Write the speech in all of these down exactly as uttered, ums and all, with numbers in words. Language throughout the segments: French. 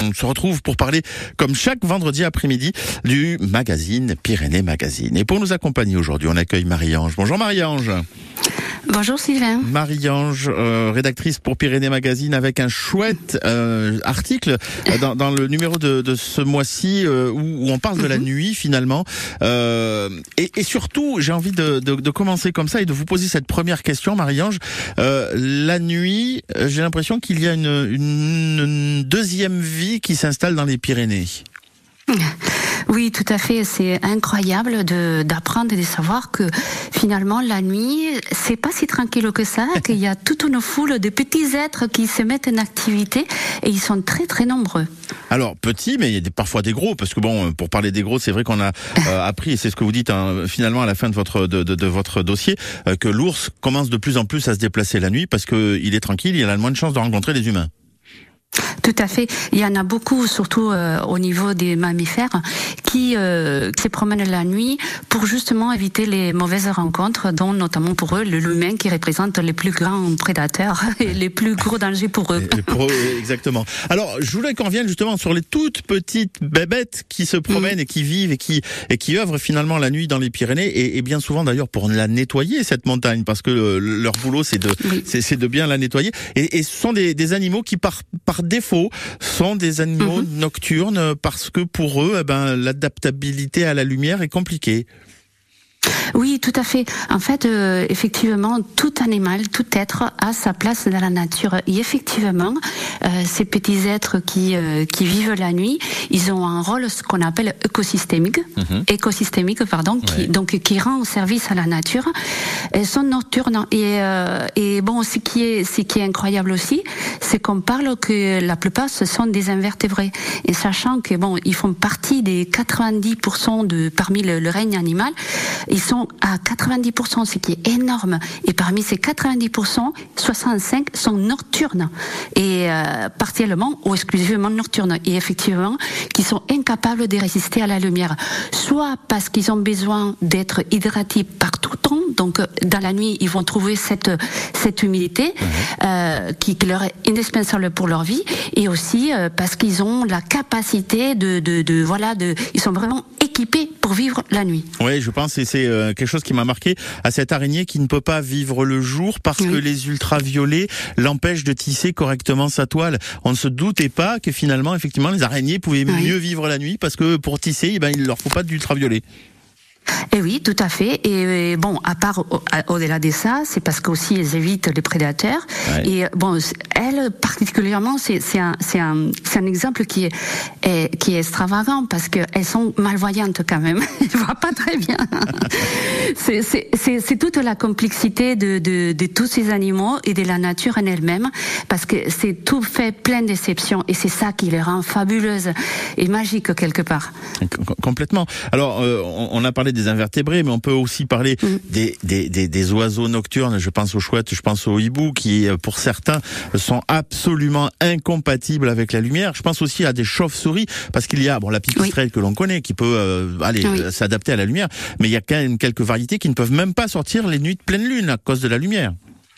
On se retrouve pour parler, comme chaque vendredi après-midi, du magazine Pyrénées Magazine. Et pour nous accompagner aujourd'hui, on accueille Marie-Ange. Bonjour Marie-Ange. Bonjour Sylvain. Marie-Ange, euh, rédactrice pour Pyrénées Magazine, avec un chouette euh, article euh, dans, dans le numéro de, de ce mois-ci euh, où, où on parle de la nuit finalement. Euh, et, et surtout, j'ai envie de, de, de commencer comme ça et de vous poser cette première question, Marie-Ange. Euh, la nuit, j'ai l'impression qu'il y a une, une, une deuxième vie qui s'installe dans les Pyrénées. Oui, tout à fait. C'est incroyable de d'apprendre et de savoir que finalement la nuit, c'est pas si tranquille que ça, qu'il y a toute une foule de petits êtres qui se mettent en activité et ils sont très très nombreux. Alors petits, mais il y a des, parfois des gros, parce que bon, pour parler des gros, c'est vrai qu'on a euh, appris, et c'est ce que vous dites hein, finalement à la fin de votre de, de, de votre dossier, euh, que l'ours commence de plus en plus à se déplacer la nuit parce que il est tranquille, il a le moins de chances de rencontrer des humains. Tout à fait. Il y en a beaucoup, surtout euh, au niveau des mammifères, qui, euh, qui se promènent la nuit pour justement éviter les mauvaises rencontres, dont notamment pour eux l'humain qui représente les plus grands prédateurs et les plus gros dangers pour eux. Et pour eux, exactement. Alors, je voulais qu'on revienne justement sur les toutes petites bébêtes qui se promènent mmh. et qui vivent et qui et qui œuvrent finalement la nuit dans les Pyrénées et, et bien souvent d'ailleurs pour la nettoyer cette montagne, parce que le, leur boulot c'est de oui. c'est, c'est de bien la nettoyer. Et, et ce sont des, des animaux qui par par défaut sont des animaux mmh. nocturnes parce que pour eux, eh ben, l'adaptabilité à la lumière est compliquée. Oui, tout à fait. En fait, euh, effectivement, tout animal, tout être a sa place dans la nature. Et effectivement, euh, ces petits êtres qui euh, qui vivent la nuit, ils ont un rôle ce qu'on appelle écosystémique, mm-hmm. écosystémique, pardon, qui, ouais. donc qui rend service à la nature. Elles sont nocturnes. Et euh, et bon, ce qui est ce qui est incroyable aussi, c'est qu'on parle que la plupart ce sont des invertébrés. Et sachant que bon, ils font partie des quatre-vingt-dix pour cent de parmi le, le règne animal. Ils sont à quatre-vingt-dix pour cent, ce qui est énorme. Et parmi ces quatre-vingt-dix pour cent, soixante-cinq sont nocturnes. Et euh, partiellement ou exclusivement nocturnes. Et effectivement, qui sont incapables de résister à la lumière. Soit parce qu'ils ont besoin d'être hydratés par tout le temps. Donc, dans la nuit, ils vont trouver cette, cette humidité euh, qui, qui leur est indispensable pour leur vie. Et aussi euh, parce qu'ils ont la capacité de, de, de, voilà, de, ils sont vraiment équipés pour vivre la nuit. Oui, je pense que c'est euh, quelque chose qui m'a marqué à cette araignée qui ne peut pas vivre le jour parce oui. que les ultraviolets l'empêchent de tisser correctement sa toile. On ne se doutait pas que finalement, effectivement, les araignées pouvaient oui. mieux vivre la nuit parce que pour tisser, eh ben, il leur faut pas d'ultraviolets. Et oui, tout à fait. Et bon, à part au, au-delà de ça, c'est parce qu'aussi elles évitent les prédateurs. Ouais. Et bon, elles particulièrement, c'est, c'est un, c'est un, c'est un exemple qui est, est qui est extravagant parce que elles sont malvoyantes quand même. Elles voient pas très bien. c'est, c'est, c'est, c'est toute la complexité de, de, de tous ces animaux et de la nature en elle-même, parce que c'est tout fait plein d'exceptions et c'est ça qui les rend fabuleuses et magiques quelque part. Complètement. Alors, euh, on a parlé des invertébrés, mais on peut aussi parler mmh. des, des, des, des oiseaux nocturnes. Je pense aux chouettes, je pense aux hiboux, qui, pour certains, sont absolument incompatibles avec la lumière. Je pense aussi à des chauves-souris, parce qu'il y a, bon, la pipistrelle oui. que l'on connaît, qui peut, euh, aller oui. s'adapter à la lumière, mais il y a quand même quelques variétés qui ne peuvent même pas sortir les nuits de pleine lune à cause de la lumière.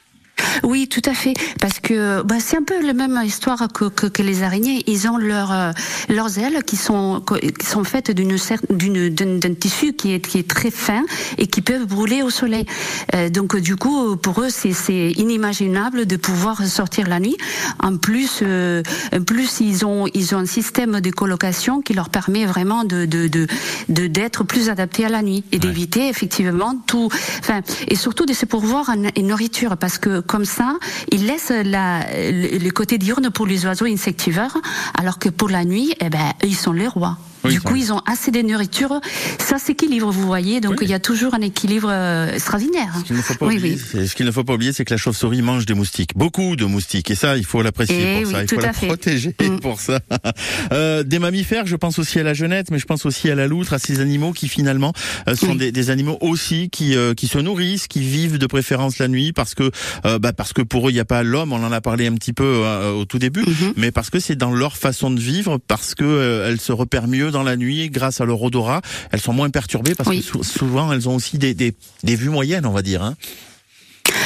Oui, tout à fait, parce que bah, c'est un peu la même histoire que, que, que les araignées. Ils ont leur, euh, leurs ailes qui sont qui sont faites d'une d'une d'un, d'un tissu qui est qui est très fin et qui peuvent brûler au soleil. Euh, donc du coup, pour eux, c'est c'est inimaginable de pouvoir sortir la nuit. En plus, euh, en plus ils ont ils ont un système de colocation qui leur permet vraiment de de de, de d'être plus adaptés à la nuit et ouais. d'éviter effectivement tout. Enfin, et surtout de se pourvoir en, en nourriture, parce que comme ça, ils laissent la, le, le côté diurne pour les oiseaux insectivores, alors que pour la nuit, eh ben, ils sont les rois. Oui, du coup, ils ont assez de nourriture. Ça s'équilibre, vous voyez. Donc, oui. il y a toujours un équilibre euh, extraordinaire. Ce qu'il ne faut pas oui, oublier, oui. c'est, ce qu'il ne faut pas oublier, c'est que la chauve-souris mange des moustiques. Beaucoup de moustiques. Et ça, il faut l'apprécier et pour oui, ça. Il faut la fait. protéger mmh. pour ça. Euh, des mammifères, je pense aussi à la genette, mais je pense aussi à la loutre, à ces animaux qui finalement euh, sont oui. des, des animaux aussi qui euh, qui se nourrissent, qui vivent de préférence la nuit parce que euh, bah parce que pour eux il n'y a pas l'homme. On en a parlé un petit peu euh, au tout début, mmh. mais parce que c'est dans leur façon de vivre, parce que euh, elles se repèrent mieux dans la nuit grâce à leur odorat, elles sont moins perturbées parce oui. que sou- souvent elles ont aussi des, des, des vues moyennes, on va dire. Hein.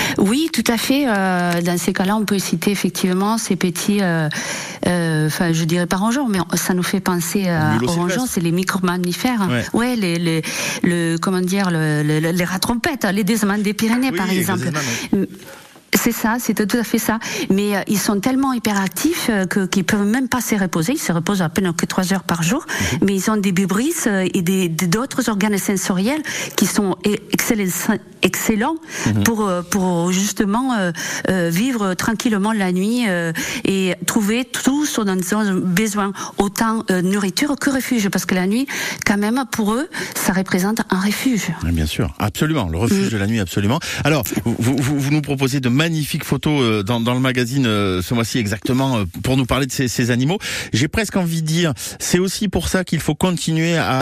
Oui, tout à fait. Euh, dans ces cas-là, on peut citer effectivement ces petits, euh, euh, enfin, je dirais pas rongeurs, mais ça nous fait penser à, aux rongeurs, c'est les micro-mammifères. Ouais, ouais les, les, le, comment dire, le, le, les rats trompettes, les desmans des Pyrénées, oui, par exemple. Ouais. C'est ça, c'est tout à fait ça. Mais euh, ils sont tellement hyperactifs euh, que qu'ils peuvent même pas se reposer. Ils se reposent à peine que trois heures par jour. Mm-hmm. Mais ils ont des vibrisses euh, et des d'autres organes sensoriels qui sont excellents, excellents mm-hmm. pour euh, pour justement euh, euh, vivre tranquillement la nuit euh, et trouver tout ce dont ils ont besoin, autant euh, nourriture que refuge, parce que la nuit, quand même, pour eux, ça représente un refuge. Bien sûr, absolument, le refuge mm. de la nuit, absolument. Alors, vous, vous, vous nous proposez de magnifiques photos dans, dans le magazine ce mois-ci exactement pour nous parler de ces, ces animaux. J'ai presque envie de dire, c'est aussi pour ça qu'il faut continuer à